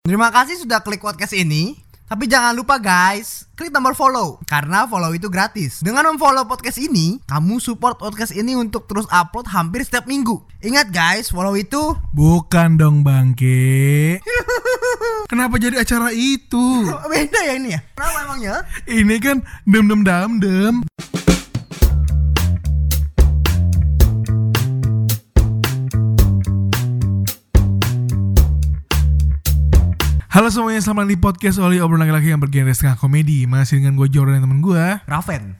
Terima kasih sudah klik podcast ini. Tapi jangan lupa guys, klik tombol follow. Karena follow itu gratis. Dengan memfollow podcast ini, kamu support podcast ini untuk terus upload hampir setiap minggu. Ingat guys, follow itu bukan dong bangke. Kenapa jadi acara itu? beda ya ini ya? Kenapa emangnya? Ini kan dem. Halo semuanya, selamat di podcast Oli, obrolan laki-laki yang bergenre setengah komedi. Masih dengan gue Jordan dan temen gue Raven.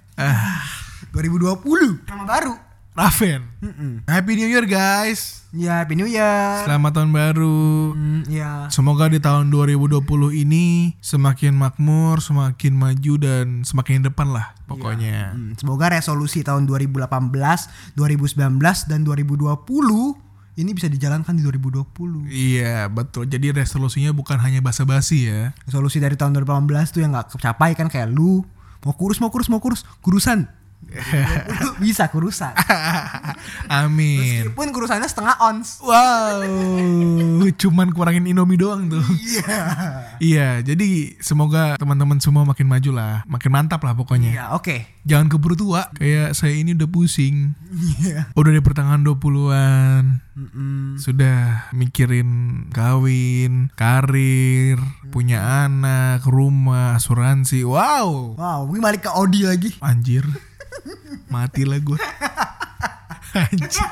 2020 nama baru Raven. Happy New Year guys. Ya, Happy New Year. Selamat tahun baru. Ya. Semoga di tahun 2020 ini semakin makmur, semakin maju dan semakin depan lah pokoknya. Semoga resolusi tahun 2018, 2019 dan 2020 ini bisa dijalankan di 2020. Iya betul. Jadi resolusinya bukan hanya basa-basi ya. Resolusi dari tahun 2018 tuh yang gak kecapai kan, kayak lu mau kurus kurusan. Bisa kurusan. Amin. Meskipun kurusannya setengah ons. Wow, cuman kurangin Indomie doang tuh. Iya, jadi semoga teman-teman semua makin maju lah, makin mantap lah pokoknya. Iya, oke. Jangan keburu tua, kayak saya ini udah pusing. Udah di pertengahan 20-an. Sudah mikirin kawin, karir, punya anak, rumah, asuransi. Wow, mungkin balik ke Audi lagi. Anjir. Mati lah gue. Anjir.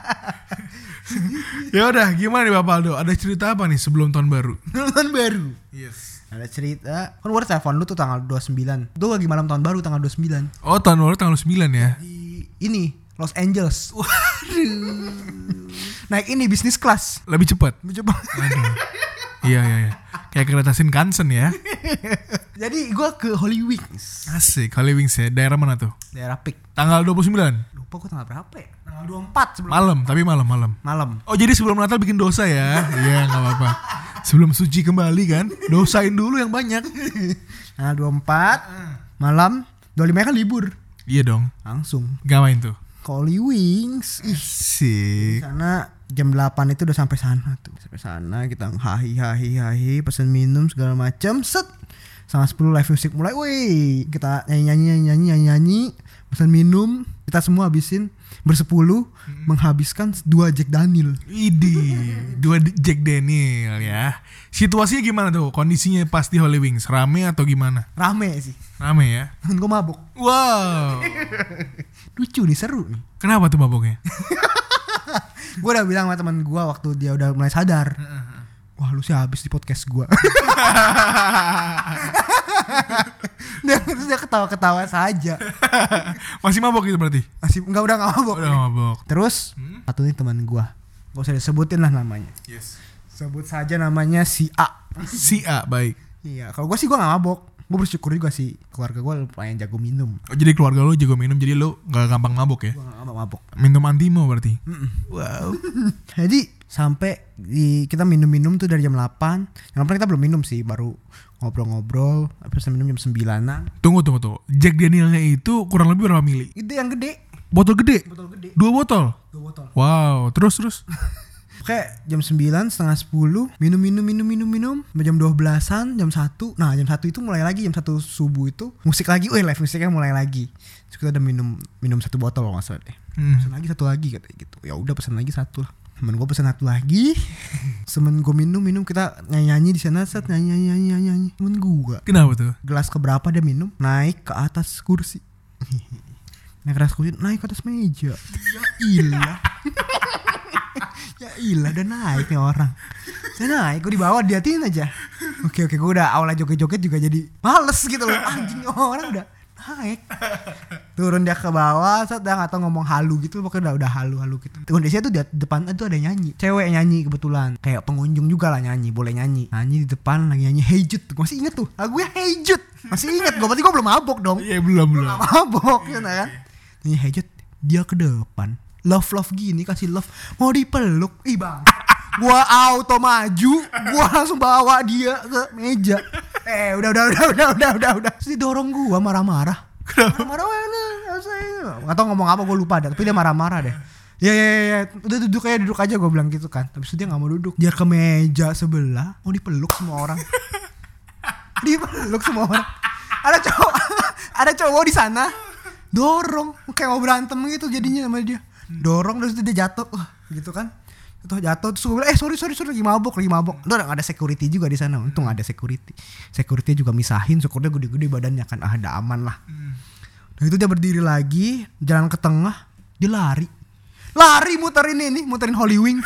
Ya udah, gimana nih Bapak Aldo? Ada cerita apa nih sebelum tahun baru? Tahun baru. Yes. Ada cerita. Kan gue telepon lu tuh tanggal 29. Itu lagi malam tahun baru tanggal 29. Oh, tahun baru tanggal 9 ya? Di ini Los Angeles. Waduh. Naik ini bisnis kelas. Lebih cepat. Aduh. Iya. Kayak kereta Shinkansen ya. Jadi gue ke Holy Wings. Asik, Holy Wings ya. Daerah mana tuh? Daerah Pik. Tanggal 29? Lupa gue tanggal berapa ya? Tanggal 24 sebelum Malam, tapi malam. Malam. Oh, jadi sebelum Natal bikin dosa ya? Iya, gak apa-apa. Sebelum suci kembali kan, dosain dulu yang banyak. Tanggal 24 malam, 25 kan libur. Iya dong. Langsung Ngapain tuh? Holy Wings. Asik. Sana jam 8 itu udah sampai sana tuh. Sampai sana kita hahi pesen minum segala macam. Set. Sama 10 live music mulai. Wih, kita nyanyi, pesen minum, kita semua habisin bersepuluh, menghabiskan 2 Jack Daniel. Idih, 2 Jack Daniel ya. Situasinya gimana tuh? Kondisinya pas di Holy Wings, rame atau gimana? Rame sih. Rame ya. Gue mabuk. Wow. Lucu nih, seru nih. Kenapa tuh mabuknya? Gue udah bilang sama teman gue waktu dia udah mulai sadar. Wah, lu sih habis di podcast gue. Terus dia ketawa-ketawa saja. Masih mabok gitu berarti? Masih udah gak mabok. Udah mabok. Terus satu nih teman gue, gak usah disebutin lah namanya. Yes. Sebut saja namanya si A. Si A, baik. Iya, kalau gue sih gue gak mabok. Gue bersyukur juga sih, keluarga gue lumayan jago minum. Oh, jadi keluarga lu jago minum, jadi lu gak gampang mabok ya? Gue gak gampang mabok. Minum antimo berarti? Wow. Jadi sampai kita minum-minum tuh dari jam 8. Yang 8 kita belum minum sih, baru ngobrol-ngobrol. Habis minum jam 9-an. Tunggu. Jack Danielnya itu kurang lebih berapa mili? Itu yang gede. Botol gede? Botol gede. 2 botol? 2 botol. Wow, terus? Kayak jam 9, setengah 10 minum sampai jam 12-an, jam 1. Nah jam 1 itu mulai lagi, jam 1 subuh itu musik lagi, live musiknya mulai lagi. Terus kita udah minum 1 botol kalau gak salah deh. Pesan lagi 1 lagi katanya gitu. Ya udah pesan lagi 1 lah. Temen gue pesan 1 lagi. Temen gue minum kita nyanyi di sana, set nyanyi. Temen gue Kenapa tuh? gelas keberapa dia minum, naik ke atas kursi. Naik ke atas kursi, naik ke atas meja. Ya ilah udah naik nih orang. Saya naik, gue dibawa diatin aja. Oke, gue udah awalnya joget-joget juga jadi males gitu loh. Anjing orang udah naik. Turun dia ke bawah, saat dia gak tau ngomong halu gitu. Pokoknya udah halu gitu. Kondisinya tuh di depan itu ada nyanyi. Cewek nyanyi kebetulan. Kayak pengunjung juga lah nyanyi, boleh nyanyi. Nyanyi di depan lagi nyanyi Hey Jude. Gue masih inget tuh lagunya Hey Jude. Masih inget gue, berarti gue belum mabok dong. Iya belum. Gak mabok gitu kan. Nyanyi Hey Jude, dia ke depan. Love gini, kasih love, mau dipeluk, bang, gua auto maju, gua langsung bawa dia ke meja. Udah. Terus didorong gua marah-marah. Marah-marah, nggak tahu ngomong apa, gua lupa dah. Tapi dia marah-marah deh. Ya. Udah duduk aja gue bilang gitu kan. Tapi dia gak mau duduk. Dia ke meja sebelah. Mau dipeluk semua orang. Dipeluk semua orang. Ada cowok di sana. Dorong. Kayak mau berantem gitu jadinya sama dia. Dorong terus dia jatuh. Gitu kan. Jatuh terus gue bilang sorry lagi mabok. Udah gak ada security juga di sana. Untung ada security. Security juga misahin. Syukurnya gede-gede badannya kan. Udah aman lah. Nah itu dia berdiri lagi. Jalan ke tengah. Dia lari muterin Holy Wings.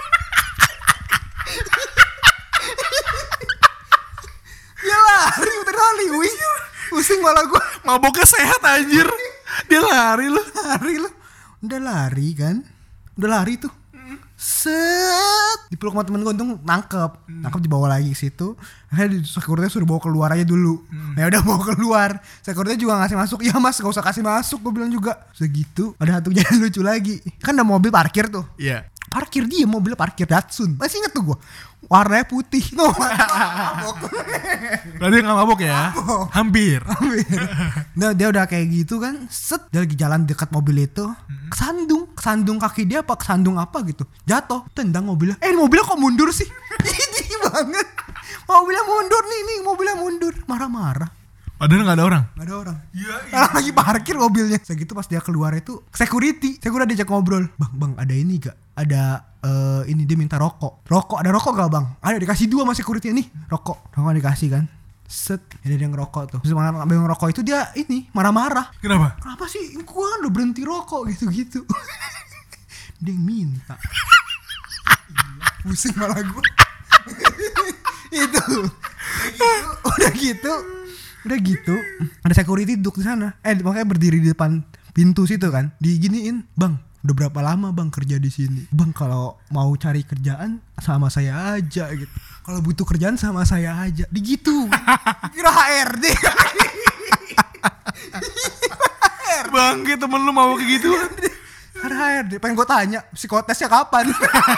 Dia lari muterin Holy Wings. Pusing malah gue. Maboknya sehat anjir. Dia lari lu. Udah lari kan. Udah lari tuh. Set dipeluk sama temen gue, untung nangkep dibawa lagi ke situ. Akhirnya security suruh bawa keluar aja dulu. Nah udah bawa keluar, security juga ngasih masuk. Ya mas gak usah kasih masuk, gue bilang juga. Segitu ada satu kejadian lucu lagi. Kan ada mobil parkir tuh. Iya. Parkir dia, mobilnya parkir Datsun. Masih inget tuh gue, warnanya putih. No, Berarti gak mabok ya? Hampir. Nah dia udah kayak gitu kan. Set dia lagi jalan dekat mobil itu. Kesandung kaki dia apa kesandung apa gitu. Jatuh, tendang mobilnya. Mobilnya kok mundur sih? Ini banget. Mobilnya mundur. Marah-marah. Padahal gak ada orang? Gak ada orang. Iya. Lagi parkir mobilnya. Segitu pas dia keluar itu security diajak ngobrol. Bang ada ini gak? Ada ini dia minta rokok. Ada rokok gak bang? Ada, dikasih 2 sama security nih. Rokok dikasih kan. Set, ada dia ngerokok tuh. Terus ambil ngerokok itu dia ini marah-marah. Kenapa sih? Gua kan udah berhenti rokok gitu. Dia yang minta. Pusing malah gua. Itu. Udah gitu. Ada security duduk di sana. Makanya berdiri di depan pintu situ kan. Diginiin, "Bang, udah berapa lama bang kerja di sini? Bang kalau mau cari kerjaan sama saya aja gitu. Kalau butuh kerjaan sama saya aja." Digitu. Kira HRD. Bang, temen lu mau kayak gitu? Ada HRD. Pengen gue tanya psikotesnya kapan?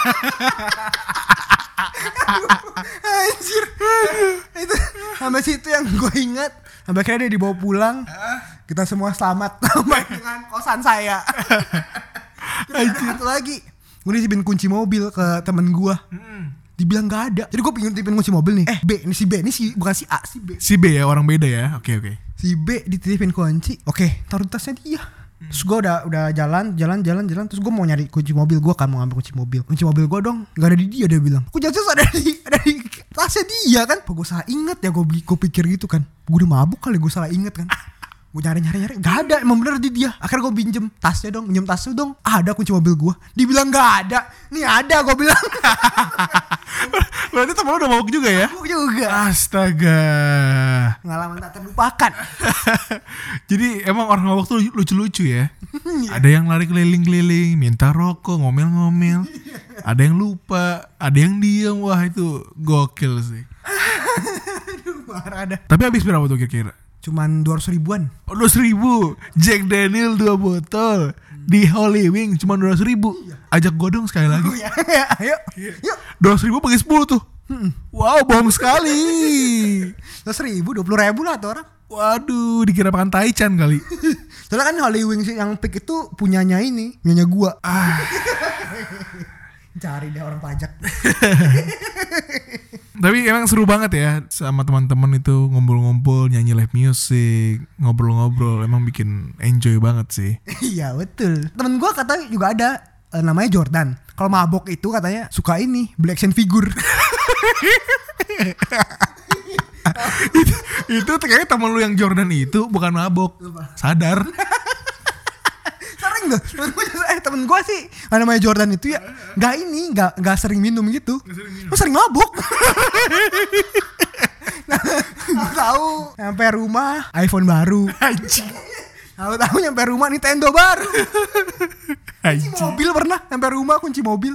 Anjir. Itu sampai situ yang gue ingat. Sampai akhirnya dia dibawa pulang. Kita semua selamat dengan kosan saya. Satu lagi, gue nitipin kunci mobil ke temen gue. Dibilang gak ada. Jadi gue pengen nitipin kunci mobil nih. Ini si B, bukan si A, si B. Si B ya, orang beda ya. Oke. Si B dititipin kunci. Oke, taruh di tasnya dia. Terus gue udah jalan. Terus gue mau nyari kunci mobil gue kan, mau ngambil kunci mobil. Kunci mobil gue dong, gak ada di dia, dia bilang. Kunci ada di tasnya dia kan. Gue salah inget ya, gue pikir gitu kan. Gue udah mabuk kali, gue salah inget kan. Gue nyari, gak ada, emang bener di dia. Akhirnya gue pinjem tasnya dong. Ada kunci mobil gue. Dibilang gak ada. Nih ada, gue bilang. Berarti temen lu udah mabuk juga ya? Mabuk juga. Astaga. Pengalaman tak terlupakan. Jadi emang orang mabuk tuh lucu-lucu ya. Ada yang lari keliling-keliling, minta rokok, ngomel-ngomel. Ada yang lupa, ada yang diem. Wah itu gokil sih. Aduh, marah ada. Tapi habis berapa tuh kira-kira? Cuman 200 ribuan. Oh 200 ribu. Jack Daniel 2 botol. Di Holy Wing cuma 200 ribu. Ajak gue dong sekali lagi. Ayo. 200 ribu bagi 10 tuh. Wow, bohong sekali. 200 ribu, 20 ribu lah tuh orang. Waduh, dikira makan taichan kali. Soalnya kan Holy Wings yang pick itu punyanya gua. Cari deh orang pajak. Tapi emang seru banget ya sama teman-teman itu ngumpul-ngumpul, nyanyi live music, ngobrol-ngobrol, emang bikin enjoy banget sih. Iya betul. Temen gue katanya juga ada namanya Jordan. Kalau mabok itu katanya suka beli action figure. itu kayaknya temen lu yang Jordan itu bukan mabok, sadar. Sering tuh temen gue sih namanya Jordan itu ya nggak sering minum gitu, sering mabok. Tahu nyampe rumah iPhone baru, tahu nyampe rumah Nintendo baru, kunci mobil pernah nyampe rumah kunci mobil.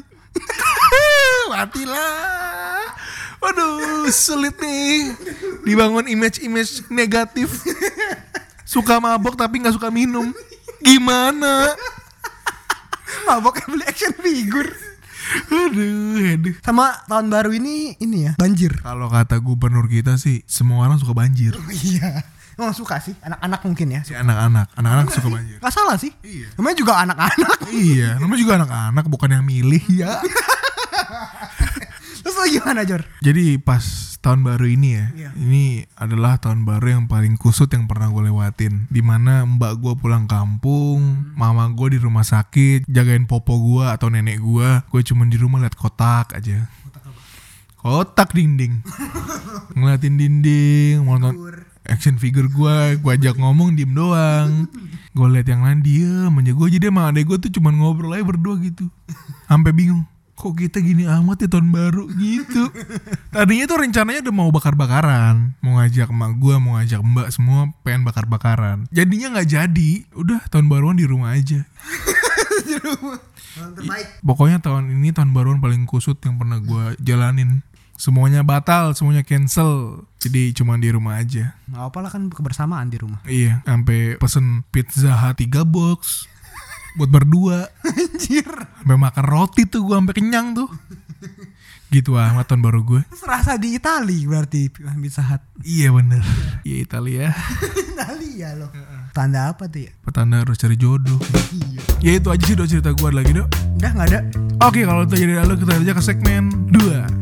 Matilah. Waduh, sulit nih dibangun image negatif. Suka mabok tapi nggak suka minum. Gimana? Maboknya beli action figure. Aduh. Sama tahun baru ini ya banjir. Kalau kata gubernur kita sih semua orang suka banjir. Iya. Emang suka sih, anak-anak mungkin ya. Ya, anak-anak suka banjir. Gak salah sih. Iya. Namanya juga anak-anak. Iya, namanya juga anak-anak bukan yang milih ya. Terus lo gimana Jor? Jadi pas tahun baru ini ya, Iya. ini adalah tahun baru yang paling kusut yang pernah gue lewatin. Dimana mbak gue pulang kampung, mama gue di rumah sakit, jagain popo gue atau nenek gue cuma di rumah liat kotak aja. Kotak dinding. Ngeliatin dinding, mau nonton action figure gue ajak ngomong diem doang. Gue liat yang lain diem aja. Gue jadi sama adek gue tuh cuma ngobrol aja berdua gitu. Sampai bingung, kok kita gini amat ya tahun baru gitu. Tadinya tuh rencananya udah mau bakar-bakaran, mau ngajak emak gue, mau ngajak mbak, semua pengen bakar-bakaran. Jadinya nggak jadi, udah tahun baruan di rumah aja. Di rumah. Terbaik. Pokoknya tahun ini tahun baruan paling kusut yang pernah gue jalanin. Semuanya batal, semuanya cancel. Jadi cuma di rumah aja. Gak apa lah kan kebersamaan di rumah. Iya, sampai pesen Pizza Hut 3 box buat berdua. Anjir. Sampai makan roti tuh gue sampai kenyang tuh. Gitu amat tahun baru gue. Serasa di Itali berarti Pizza Hut. Iya bener. Iya Italia. Itali ya lo. Tanda apa tuh ya? Petanda harus cari jodoh. Iya. Ya itu aja sih Dok cerita gue, ada lagi Dok. Udah gak ada. Oke, kalau itu jadi lalu kita aja ke segmen 2.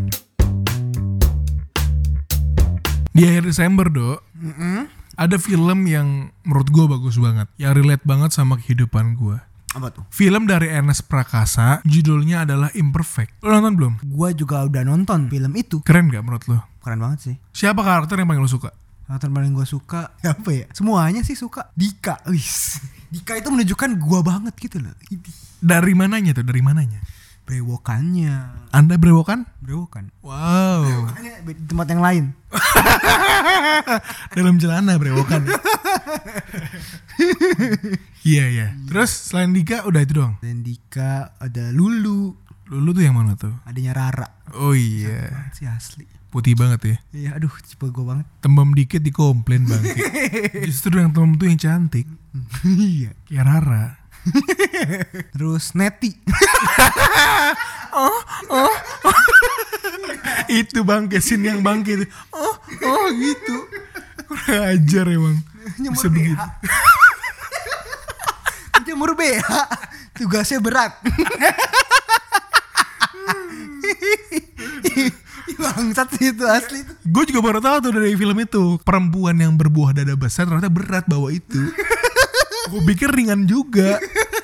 Di akhir Desember Dok, ada film yang menurut gue bagus banget, yang relate banget sama kehidupan gue. Apa tuh? Film dari Ernest Prakasa, judulnya adalah Imperfect. Lo nonton belum? Gua juga udah nonton film itu. Keren gak menurut lo? Keren banget sih. Siapa karakter yang paling lo suka? Karakter paling gue suka apa ya? Semuanya sih suka. Dika. Wis. Dika itu menunjukkan gua banget gitu loh. Dari mananya tuh? Dari mananya? Brewokannya. Anda brewokan? Brewokan. Wow. Brewokannya di tempat yang lain. Dalam celana brewokan. Iya iya. Terus selain Dika udah itu doang? Dan Dika ada Lulu. Lulu tuh yang mana tuh? Adanya Rara. Oh iya. Si asli. Putih banget ya. Iya aduh tipe gue banget. Tembem dikit dikomplain bang. Justru yang tembem tuh yang cantik. Iya. Kayak Rara. Terus Neti. Itu bangke, scene yang bangke itu. Oh gitu. Kurang ajar emang. Bisa begitu. Jemur BH. Tugasnya berat. Bangsat sih itu asli. Gue juga baru tahu tuh dari film itu, perempuan yang berbuah dada besar ternyata berat bawa itu. Gue pikir ringan juga.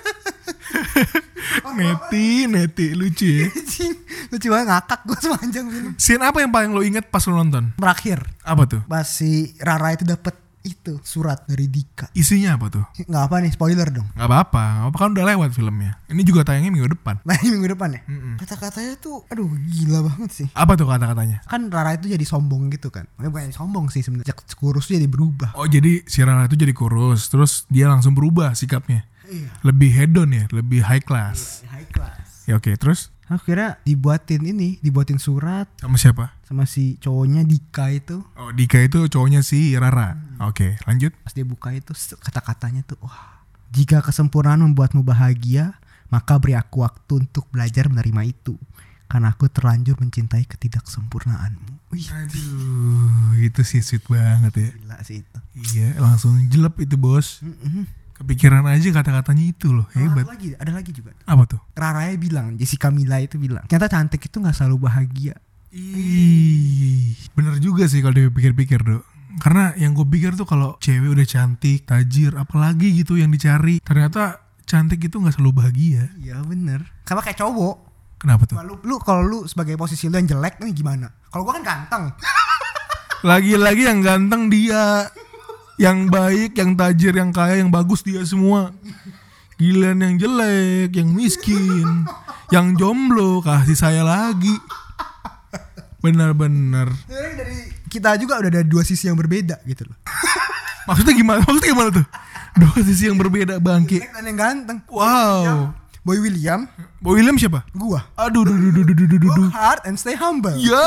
Neti lucu ya. Lucu banget, ngakak gue sepanjang film. Scene apa yang paling lo inget pas lo nonton? Terakhir Apa tuh? pas si Rara itu dapet itu surat dari Dika. Isinya apa tuh? Nggak apa nih, spoiler dong. Gak apa-apa kan udah lewat filmnya. Ini juga tayangnya minggu depan. Nah minggu depan ya. Kata-katanya tuh aduh gila banget sih. Apa tuh kata-katanya? Kan Rara itu jadi sombong gitu kan. Bukan sombong sih sebenarnya, kurus jadi berubah. Oh jadi si Rara itu jadi kurus, terus dia langsung berubah sikapnya. Iya. Lebih hedon ya, lebih high class. High class. Ya oke, terus Akhirnya dibuatin surat sama siapa? sama si cowoknya Dika itu. Oh Dika itu cowoknya si Rara. Oke, lanjut. Pas dia buka itu kata-katanya tuh wah. Jika kesempurnaan membuatmu bahagia, maka beri aku waktu untuk belajar menerima itu. Karena aku terlanjur mencintai ketidaksempurnaanmu. Wih, Aduh, itu sih sweet banget ya. gila sih itu. Iya, langsung jelek itu bos. Kepikiran aja kata-katanya itu loh, hebat. Ada lagi juga. Apa tuh? Raranya bilang, Jessica Mila itu bilang, ternyata cantik itu gak selalu bahagia. Ih, bener juga sih kalau dipikir-pikir Dok. Karena yang gue pikir tuh kalau cewek udah cantik, tajir, apalagi gitu yang dicari, ternyata cantik itu gak selalu bahagia. Iya bener. Sama kayak cowok. Kenapa tuh? Kalau lu sebagai posisi lu yang jelek nih gimana? Kalau gua kan ganteng. Lagi-lagi yang ganteng dia, yang baik, yang tajir, yang kaya, yang bagus dia semua. Giliran yang jelek, yang miskin, yang jomblo, kasih saya lagi. Benar-benar. Dari kita juga udah ada dua sisi yang berbeda gitu loh. Maksudnya gimana tuh? Dua sisi yang berbeda bangke. Jelek dan yang ganteng. Wow. Boy William siapa? Gua. Aduh. Work hard and stay humble. Ya.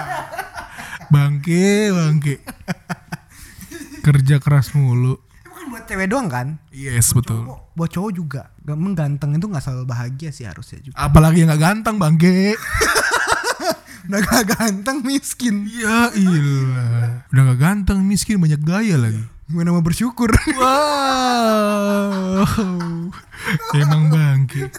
Bangke. Kerja keras mulu. Bukan buat cewek doang kan? Yes, betul. Buat cowok juga. Ganteng itu gak selalu bahagia sih harusnya juga. Apalagi yang gak ganteng bangke. Udah gak ganteng miskin. Ya ilah. Udah gak ganteng miskin banyak gaya lagi. Gimana mau bersyukur? Wow. Emang bangke.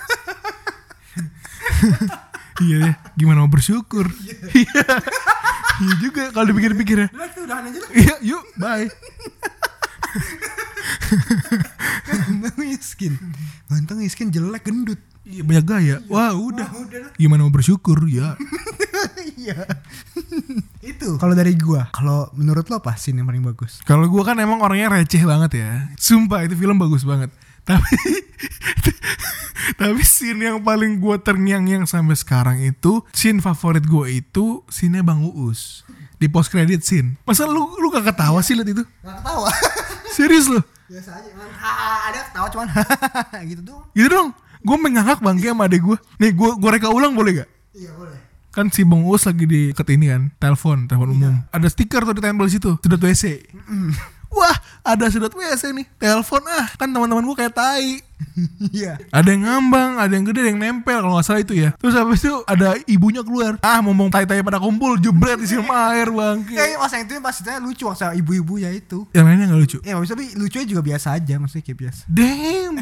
Iya ya, gimana mau bersyukur? Iya. Iya juga kalau dipikir-pikir ya. Udahan aja lah. Iya, yuk, bye. Ganteng miskin jelek gendut. Iya, banyak gaya. Wah, udah. Gimana mau bersyukur ya? Iya. Itu kalau dari gua. Kalau menurut lo apa scene yang paling bagus? Kalau gua kan emang orangnya receh banget ya. Sumpah itu film bagus banget. Tapi scene yang paling gua terngiang-ngiang sampai sekarang itu scene favorit gua itu scene-nya Bang Uus di post credit scene. Masa lu gak ketawa sih liat itu? Gak ketawa. Serius lu? Biasa aja. Ada ketawa cuman gitu doang. Gitu dong. Gue mengangkat bangke sama adek gue. Nih gue reka ulang boleh gak? Iya boleh. Kan si Bang Uus lagi di deket ini kan, telepon umum. Ada stiker tuh ditempel di situ, sedot WC. Wah, ada sedot WC nih. Telepon kan teman-teman gue kayak tai. Iya. Ada yang ngambang, ada yang gede, ada yang nempel kalau nggak salah itu ya. Terus habis itu ada ibunya keluar. Ngomong tai-tai pada kumpul, jebret disiram air bangke. Ya, masa itu pastinya lucu masa ibu-ibunya itu. Yang lainnya nggak lucu. Ya tapi lucunya juga biasa aja, maksudnya kayak biasa. Damn.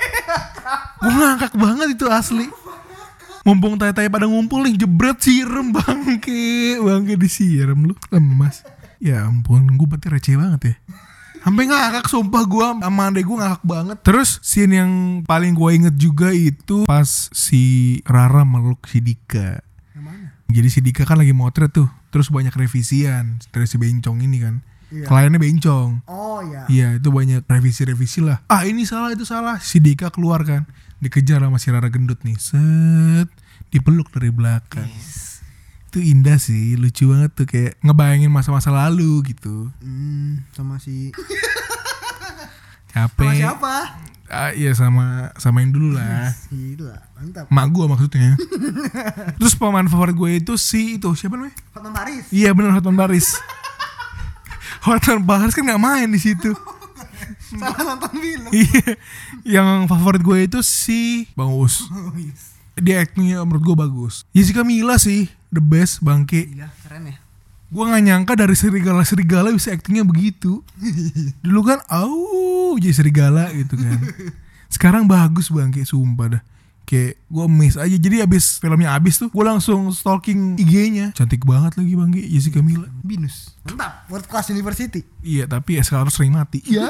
Gue ngakak banget itu asli. Mumpung tai-tai pada ngumpul nih, jebret siram bangke disiram lu. Lemas. Ya ampun, gue berarti receh banget ya. Sampai ngakak sumpah gue sama adek gue ngakak banget. Terus scene yang paling gue inget juga itu pas si Rara meluk si Dika. Yang mana? Jadi si Dika kan lagi motret tuh. Terus banyak revisian dari si Bencong ini kan. Iya. Kliennya Bencong. Oh iya. Iya itu banyak revisi lah. Ini salah itu salah. Si Dika keluar kan, dikejar sama si Rara gendut nih. Set, dipeluk dari belakang. Yes. Itu indah sih, lucu banget tuh, kayak ngebayangin masa-masa lalu gitu. Sama si capek. Sama siapa? Iya sama yang dulu lah. Gila, mantap. Mak gue maksudnya. Terus pemain favorit gue itu si itu siapa namanya? Hotman Paris. Iya benar, Hotman Paris. Hotman Paris kan nggak main di situ. Salah nonton film. Iya. Yang favorit gue itu si Bang Uus. Oh, yes. Dia actingnya menurut gue bagus. Jessica Mila sih the best bangke. Iya keren ya. Gue gak nyangka dari serigala bisa actingnya begitu. Dulu kan jadi serigala gitu kan. Sekarang bagus bangke sumpah dah. Kayak gue miss aja. Jadi abis filmnya abis tuh gue langsung stalking IG-nya. Cantik banget lagi bangke Jessica Mila. Binus. Mantap. World Class University. Iya tapi SK harus sering mati. Iya.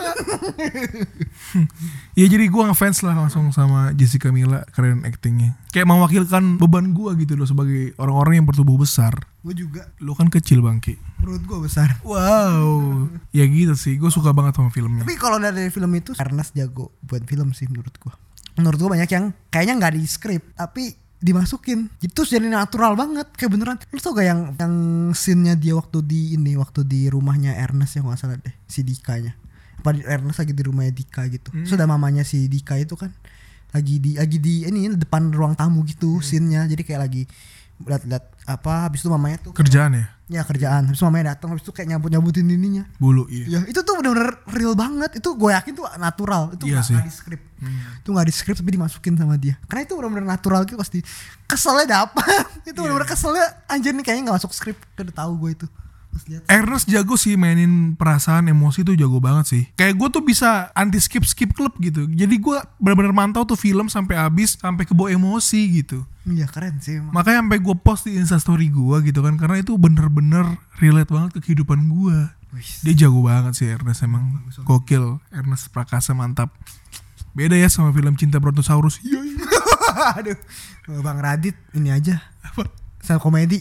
Iya jadi gue ngefans lah langsung sama Jessica Mila. Keren actingnya. Kayak mewakilkan beban gue gitu loh sebagai orang-orang yang bertubuh besar. Gue juga. Lu kan kecil bangke. Perut gue besar. Wow. Ya gitu sih. Gue suka banget sama filmnya. Tapi kalau dari film itu Ernest jago buat film sih menurut gue. Menurut gue banyak yang kayaknya nggak di skrip tapi dimasukin gitu jadi natural banget kayak beneran. Lu tau gak yang scene-nya dia waktu di rumahnya Ernest yang nggak salah deh si Dikanya. Apa Ernest lagi di rumahnya Dika gitu. Sudah mamanya si Dika itu kan lagi di ini depan ruang tamu gitu scene-nya. Jadi kayak lagi lihat habis itu mamanya tuh kerjaan ya? Ya kerjaan. Habis itu mamanya datang, habis itu kayak nyabut-nyabutin ininya. Bulu, iya. Ya, itu tuh benar-benar real banget. Itu gue yakin tuh natural. Itu iya gak di skrip. Itu gak di skrip tapi dimasukin sama dia. Karena itu benar-benar natural gitu pasti. Keselnya dapat. Itu benar-benar keselnya anjir nih kayaknya gak masuk skrip. Udah tahu gue itu. Ernest jago sih mainin perasaan emosi tuh jago banget sih. Kayak gue tuh bisa anti skip klub gitu. Jadi gue benar-benar mantau tuh film sampai habis, sampai kebawa emosi gitu. Iya keren sih emang. Makanya sampai gue post di Instastory gue gitu kan, karena itu bener-bener relate banget ke kehidupan gue. Dia jago banget sih Ernest emang. Gokil. Ernest Prakasa mantap. Beda ya sama film Cinta Brontosaurus. Aduh. Bang Radit ini aja. Apa? Saya komedi.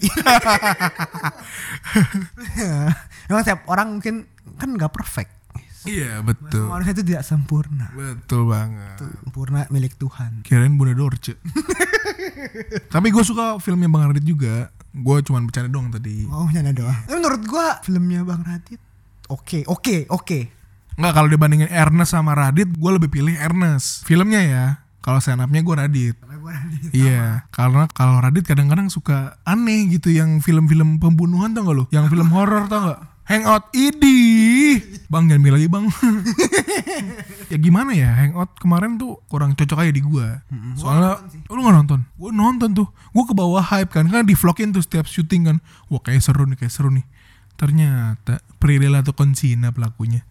Emang setiap orang mungkin kan gak perfect. Iya betul. Manusia itu tidak sempurna. Betul banget. Sempurna milik Tuhan. Kirain Bunda Dorce. Tapi gue suka filmnya Bang Radit juga. Gue cuman bercanda doang tadi. Oh bercanda doang. Tapi menurut gue filmnya Bang Radit Oke. Nggak, kalau dibandingin Ernest sama Radit, gue lebih pilih Ernest. Filmnya ya. Kalau stand-up-nya gue Radit. Iya, karena kalau Radit kadang-kadang suka aneh gitu, yang film-film pembunuhan tau gak lo? Yang film horor tau gak? Hangout Idi. Bang jangan bilang lagi bang. Ya gimana ya, Hangout kemarin tuh kurang cocok aja di gua. Soalnya lu gak nonton? Gua nonton tuh. Gua ke bawah hype kan, karena di vlogin tuh setiap syuting kan. Wah kayak seru nih. Ternyata Prilly Latuconsina pelakunya.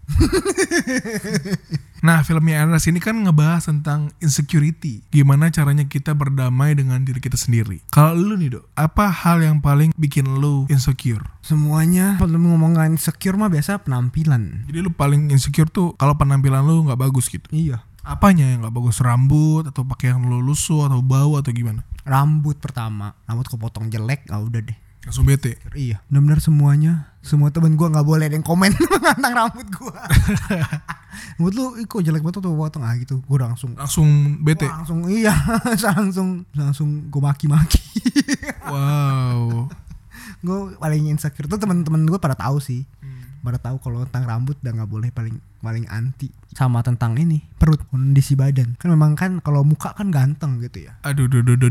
Nah, filmnya Ernest ini kan ngebahas tentang insecurity. Gimana caranya kita berdamai dengan diri kita sendiri. Kalau lu nih, Dok, apa hal yang paling bikin lu insecure? Semuanya. Kalau ngomongin insecure mah biasa penampilan. Jadi lu paling insecure tuh kalau penampilan lu gak bagus gitu? Iya. Apanya yang gak bagus? Rambut atau pakaian lu lusuh atau bau atau gimana? Rambut pertama. Rambut kepotong jelek, udah deh. Langsung bete? Iya. Benar-benar semuanya. Semua temen gue gak boleh ada yang komen tentang rambut gue. Rambut lu kok jelek banget tuh potong gitu. Gue langsung bete? Langsung iya. langsung gue maki-maki. Wow. Gue paling insecure tuh temen-temen gue pada tahu sih. Pada tahu kalau tentang rambut udah nggak boleh, paling anti. Sama tentang ini perut, kondisi badan. Kan memang kan kalau muka kan ganteng gitu ya. Aduh,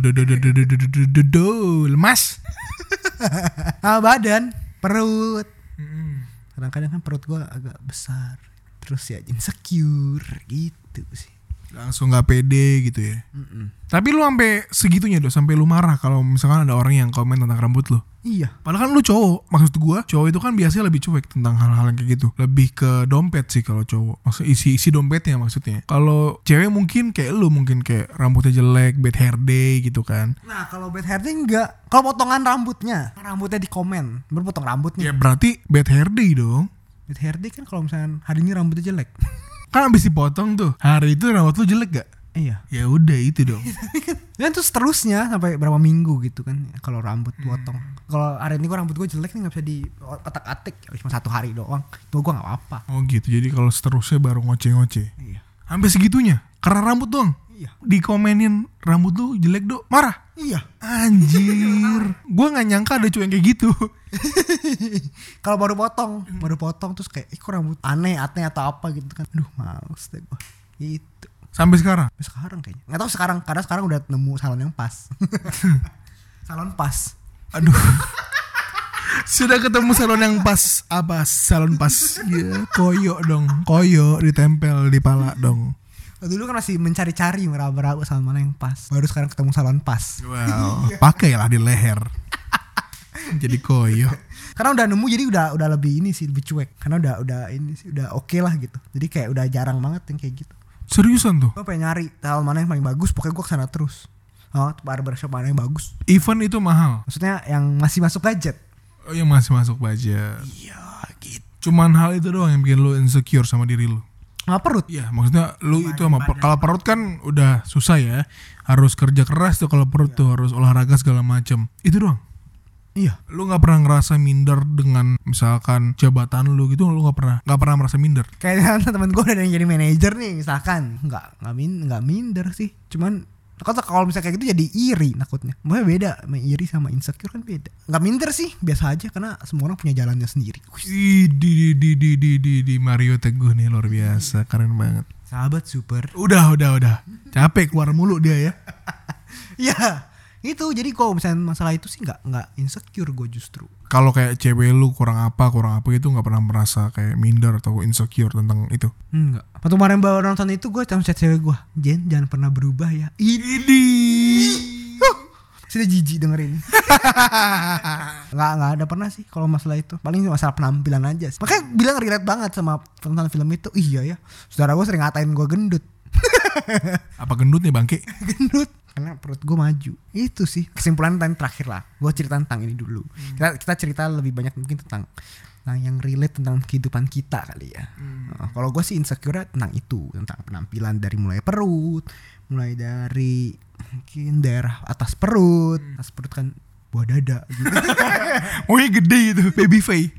lemas. Nah, badan, perut. Kadang-kadang kan perut gue agak besar. Terus ya insecure gitu sih. Langsung gak pede gitu ya. Tapi lu sampai segitunya, Dok, sampai lu marah kalau misalkan ada orang yang komen tentang rambut lu? Iya. Padahal kan lu cowok. Maksud gua, cowok itu kan biasanya lebih cuek tentang hal-hal yang kayak gitu. Lebih ke dompet sih kalau cowok. Maksud isi dompetnya maksudnya. Kalau cewek mungkin kayak lu, mungkin kayak rambutnya jelek, bad hair day gitu kan. Nah, kalau bad hair day enggak. Kalau potongan rambutnya di komen. Berpotong rambut nih. Ya berarti bad hair day dong. Bad hair day kan kalau misalnya hari ini rambutnya jelek. Kan abis dipotong tuh, hari itu rambut lu jelek gak? Iya. Ya udah itu dong. Dan terus terusnya sampai berapa minggu gitu kan kalau rambut potong. Kalau hari ini gua rambut gue jelek nih, nggak bisa di otak-atik, cuma 1 hari doang. Tuh gua nggak apa-apa. Oh gitu. Jadi kalau seterusnya baru ngoceh-ngoceh. Iya. Sampai segitunya karena rambut doang. Iya. Dikomenin rambut lu jelek, Dok, marah. Iya. Anjir. Gua nggak nyangka ada cowok yang kayak gitu. Kalau baru potong terus kayak kok rambut aneh atau apa gitu kan. Aduh, males deh gua. Gitu. Sampai sekarang. Sekarang kayaknya. Nggak tahu sekarang, karena sekarang udah nemu salon yang pas. Salon pas. Aduh. Sudah ketemu salon yang pas. Apa salon pas? Ya, koyo dong. Koyo ditempel di pala dong. Dulu kan masih mencari-cari meraba-raba salon mana yang pas. Baru sekarang ketemu salon pas. Wow. Pakailah di leher. Jadi koyo. Karena udah nemu, jadi udah lebih ini sih, lebih cuek. Karena udah ini sih, udah oke lah gitu. Jadi kayak udah jarang banget yang kayak gitu. Seriusan tuh? Gue pengen nyari salon mana yang paling bagus, pokoknya gue kesana terus. Barbershop mana yang bagus. Event itu mahal? Maksudnya yang masih masuk budget. Oh, yang masih masuk budget. Iya gitu. Cuman hal itu doang yang bikin lu insecure sama diri lu? Sama perut. Iya, maksudnya lu itu sama kalau perut kan udah susah ya. Harus kerja keras tuh kalau perut tuh, harus olahraga segala macam. Itu doang? Iya. Lu nggak pernah ngerasa minder dengan misalkan jabatan lu gitu? Lu nggak pernah merasa minder? Kayak temen gue ada yang jadi manajer nih misalkan, nggak minder sih. Cuman kalau misalnya kayak gitu jadi iri takutnya. Makanya beda, iri sama insecure kan beda. Nggak minder sih, biasa aja karena semua orang punya jalannya sendiri. Di Mario Teguh nih luar biasa, keren banget. Sahabat super. Udah. Capek keluar mulu dia ya. Iya. Itu jadi kalau misalnya masalah itu sih nggak insecure gue justru. Kalau kayak cewek lu kurang apa gitu nggak pernah merasa kayak minder atau insecure tentang itu? Enggak. Waktu kemarin baru nonton itu gue chat cewek gue, Jen jangan pernah berubah ya. Ini sudah jijik dengerin. Nggak ada pernah sih kalau masalah itu. Paling masalah penampilan aja sih. Makanya bilang relate banget sama tentang film itu. Iya ya. Saudara gue sering ngatain gue gendut. Apa gendut nih bangke? Gendut. Karena perut gue maju. Itu sih kesimpulan terakhir lah. Gue cerita tentang ini dulu. Kita cerita lebih banyak mungkin tentang yang relate tentang kehidupan kita kali ya. Kalau gue sih insecure tentang itu, tentang penampilan dari mulai perut, mulai dari mungkin daerah atas perut kan buah dada gitu. Oh iya gede gitu, baby face.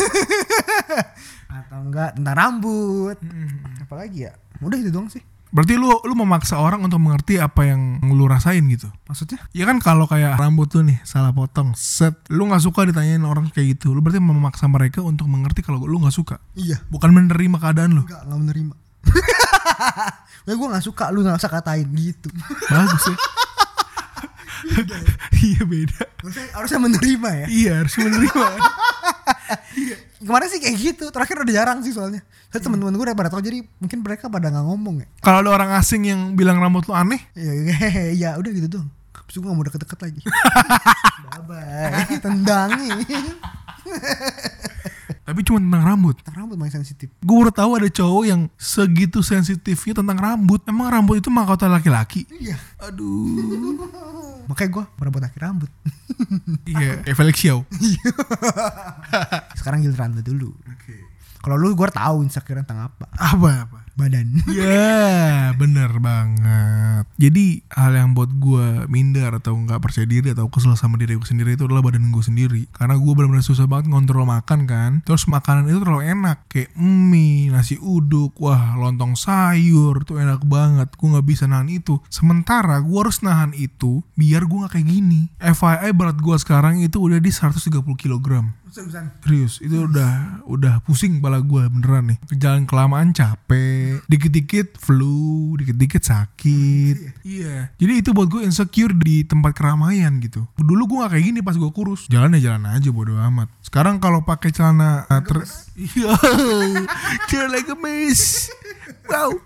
Atau enggak tentang rambut. Apalagi ya? Udah itu doang sih. Berarti lu memaksa orang untuk mengerti apa yang lu rasain gitu. Maksudnya? Ya kan kalau kayak rambut lu nih salah potong, set, lu nggak suka ditanyain orang kayak gitu. Lu berarti memaksa mereka untuk mengerti kalau lu nggak suka. Iya. Bukan menerima keadaan lu. Enggak menerima. Ya gue nggak suka, lu nggak usah katain gitu. Bagus ya. Iya beda. Harusnya menerima ya. Iya harus menerima. Kemarin sih kayak gitu, terakhir udah jarang sih soalnya. Saya teman-teman gue udah pada tau, jadi mungkin mereka pada nggak ngomong ya. Kalau ada orang asing yang bilang rambut lu aneh, ya udah gitu dong. Terus gue nggak mau deket-deket lagi. Bye bye, tendangi. Tapi cuma tentang rambut. Tentang rambut main sensitif. Gue baru tahu ada cowok yang segitu sensitifnya tentang rambut. Emang rambut itu mahkota laki-laki? Iya. Aduh. Makanya gue merambut akhir rambut. Iya, kayak Felix Xiao. Sekarang giliran lu dulu. Kalau lu gue tahu insecure tentang apa? Apa? Badan. Ya, bener banget. Jadi hal yang buat gue minder atau gak percaya diri atau kesel sama diri gue sendiri itu adalah badan gue sendiri. Karena gue benar-benar susah banget ngontrol makan kan. Terus makanan itu terlalu enak. Kayak mie, nasi uduk, wah lontong sayur tuh enak banget. Gue gak bisa nahan itu. Sementara gue harus nahan itu biar gue gak kayak gini. FYI berat gue sekarang itu udah di 130 kg. Serius, itu udah pusing kepala gue beneran nih. Jalan kelamaan capek, dikit-dikit flu, dikit-dikit sakit. Iya. Jadi itu buat gue insecure di tempat keramaian gitu. Dulu gue gak kayak gini pas gue kurus. Jalan aja bodo amat. Sekarang kalau pakai celana iya, celana gemes. Wow.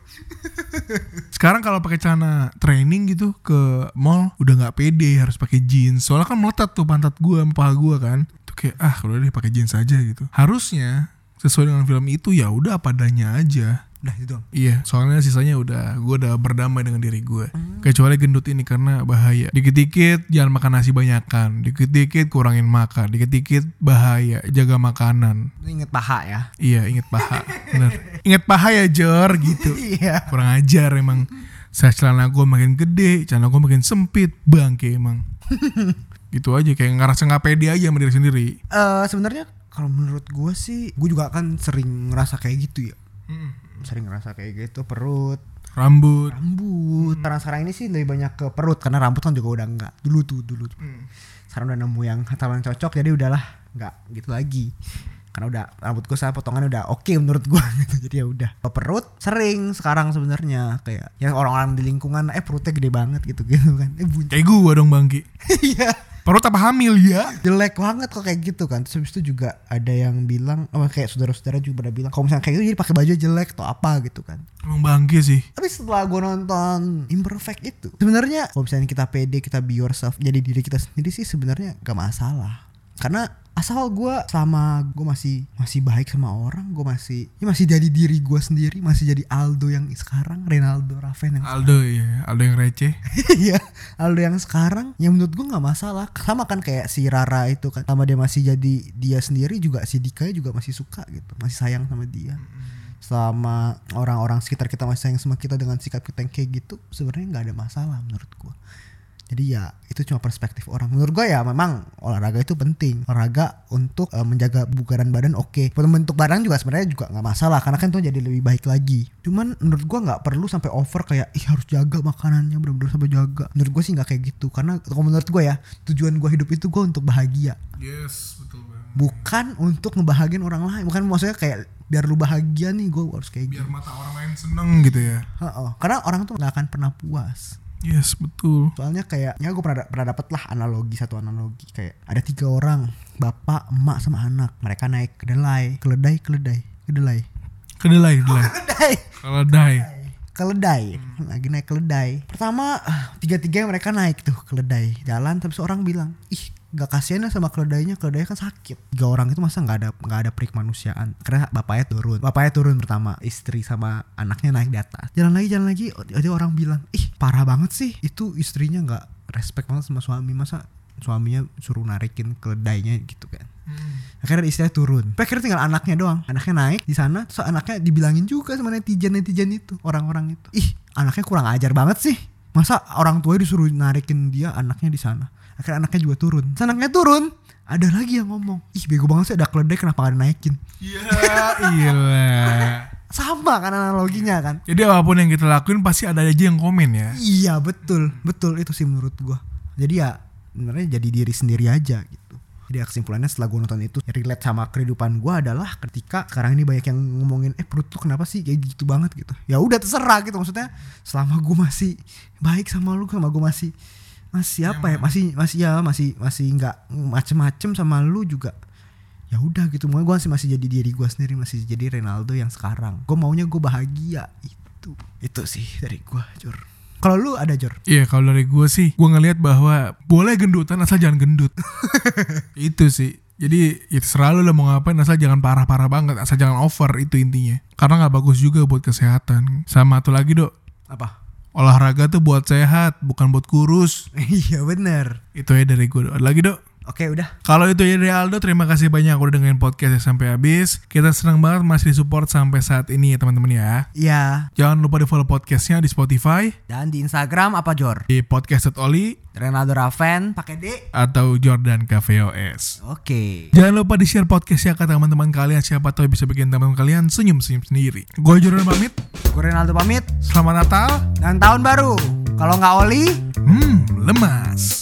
Sekarang kalau pakai celana training gitu ke mall udah nggak pede, harus pakai jeans. Soalnya kan meletat tuh pantat gue, paha gue kan. Tuh kayak kalau deh pakai jeans aja gitu. Harusnya sesuai dengan film itu ya udah apa adanya aja. Udah itu dong. Iya, soalnya sisanya gue udah berdamai dengan diri gue. Kecuali gendut ini karena bahaya. Dikit-dikit jangan makan nasi banyakan, dikit-dikit kurangin makan, dikit-dikit bahaya, jaga makanan. Ingat paha ya. Iya, ingat paha. Bener. Ingat paha ya Jor gitu. Iya. Kurang ajar emang. Saya celana gue makin gede, celana gue makin sempit, bangke emang. Gitu aja, kayak ngerasa gak pede aja sama diri sendiri. Sebenarnya kalau menurut gue sih, gue juga kan sering ngerasa kayak gitu ya. Sering ngerasa kayak gitu, perut, rambut. Sekarang ini sih lebih banyak ke perut karena rambut kan juga udah enggak. Dulu tuh. Sekarang udah nemu yang yang cocok, jadi udahlah enggak gitu lagi. Karena udah rambut gue potongannya udah oke menurut gue gitu. Jadi ya udah. Perut sering sekarang sebenarnya kayak yang orang-orang di lingkungan perutnya gede banget gitu kan. Kayak gue dong Bangki. Iya. Perut apa hamil ya? Jelek banget kok kayak gitu kan. Terus habis itu juga ada yang bilang, kayak saudara-saudara juga pada bilang kalau misalnya kayak gitu jadi pakai baju jelek atau apa gitu kan. Emang bangke sih. Tapi setelah gue nonton Imperfect itu, sebenarnya kalau misalnya kita pede, kita be yourself, jadi diri kita sendiri sih sebenarnya gak masalah. Karena asal gue selama gue masih baik sama orang, gue masih jadi diri gue sendiri, masih jadi Aldo yang sekarang, Renaldo Raven yang Aldo sekarang. Ya Aldo yang receh. Iya, Aldo yang sekarang yang menurut gue nggak masalah. Sama kan kayak si Rara itu kan, sama dia masih jadi dia sendiri juga, si Dika juga masih suka gitu, masih sayang sama dia. Selama orang-orang sekitar kita masih sayang sama kita dengan sikap kita yang kayak gitu, sebenarnya nggak ada masalah menurut gue. Jadi ya itu cuma perspektif orang. Menurut gue ya memang olahraga itu penting. Olahraga untuk menjaga bugaran badan oke. Bentuk badan juga sebenarnya juga gak masalah. Karena kan itu jadi lebih baik lagi. Cuman menurut gue gak perlu sampai over kayak harus jaga makanannya bener-bener sampai jaga. Menurut gue sih gak kayak gitu. Karena kalau menurut gue ya tujuan gue hidup itu gue untuk bahagia. Yes, betul banget. Bukan untuk ngebahagiain orang lain. Bukan maksudnya kayak biar lu bahagia nih gue harus kayak biar gitu. Biar mata orang lain seneng gitu ya. Karena orang tuh gak akan pernah puas. Yes, betul. Soalnya kayak gue pernah dapet lah satu analogi kayak ada 3 orang, bapak, emak sama anak. Mereka naik kedelai. Lagi naik keledai. Pertama 3-3 mereka naik tuh keledai. Jalan tapi seorang bilang, gak kasihan ya sama keledainya kan sakit. 3 orang itu masa gak ada perik manusiaan. Karena bapaknya turun pertama, istri sama anaknya naik di atas. Jalan lagi ada orang bilang, parah banget sih, itu istrinya gak respect banget sama suami, masa suaminya suruh narikin keledainya gitu kan. Akhirnya istrinya turun. Akhirnya tinggal anaknya doang. Anaknya naik di sana, terus anaknya dibilangin juga sama netizen itu, orang-orang itu. Anaknya kurang ajar banget sih. Masa orang tua disuruh narikin dia anaknya di sana. Akhirnya anaknya juga turun. Anaknya turun, ada lagi yang ngomong, bego banget sih ada keledai kenapa gak dinaikin. Ya iyalah. Sama kan analoginya kan. Jadi apapun yang kita lakuin pasti ada aja yang komen ya. Iya betul itu sih menurut gua. Jadi ya sebenarnya jadi diri sendiri aja gitu. Jadi kesimpulannya setelah gue nonton itu relate sama kehidupan gue adalah ketika sekarang ini banyak yang ngomongin perut tuh kenapa sih kayak gitu banget gitu. Ya udah terserah gitu, maksudnya selama gue masih baik sama lu, sama gue masih apa ya, masih nggak macem-macem sama lu juga, ya udah gitu. Gue masih jadi diri gue sendiri, masih jadi Renaldo yang sekarang. Gue maunya gue bahagia, itu sih dari gue, Jor. Kalau lu ada, Jor? Iya, kalau dari gue sih, gue ngelihat bahwa boleh gendutan asal jangan gendut. Itu sih. Jadi ya selalu lah mau ngapain, asal jangan parah-parah banget, asal jangan over, itu intinya. Karena nggak bagus juga buat kesehatan. Sama satu lagi Dok, Apa? olahraga tuh buat sehat, bukan buat kurus. Iya bener. Itu ya dari gue. Ada lagi Dok? Oke udah. Kalau itu ya dari Aldo, terima kasih banyak udah dengerin podcastnya sampai habis. Kita senang banget masih disupport sampai saat ini ya teman-teman ya. Iya. Jangan lupa di follow podcastnya di Spotify, Dan di Instagram apa Jor? di podcast.oli Renaldo Raven pakai D. atau Jordan KVOS. Oke. Jangan lupa di share podcastnya ke teman-teman kalian, siapa tahu bisa bikin teman kalian senyum-senyum sendiri. Gue Jordan pamit. Gue Renaldo pamit. Selamat Natal. Dan tahun baru. Kalau nggak oli, Lemas.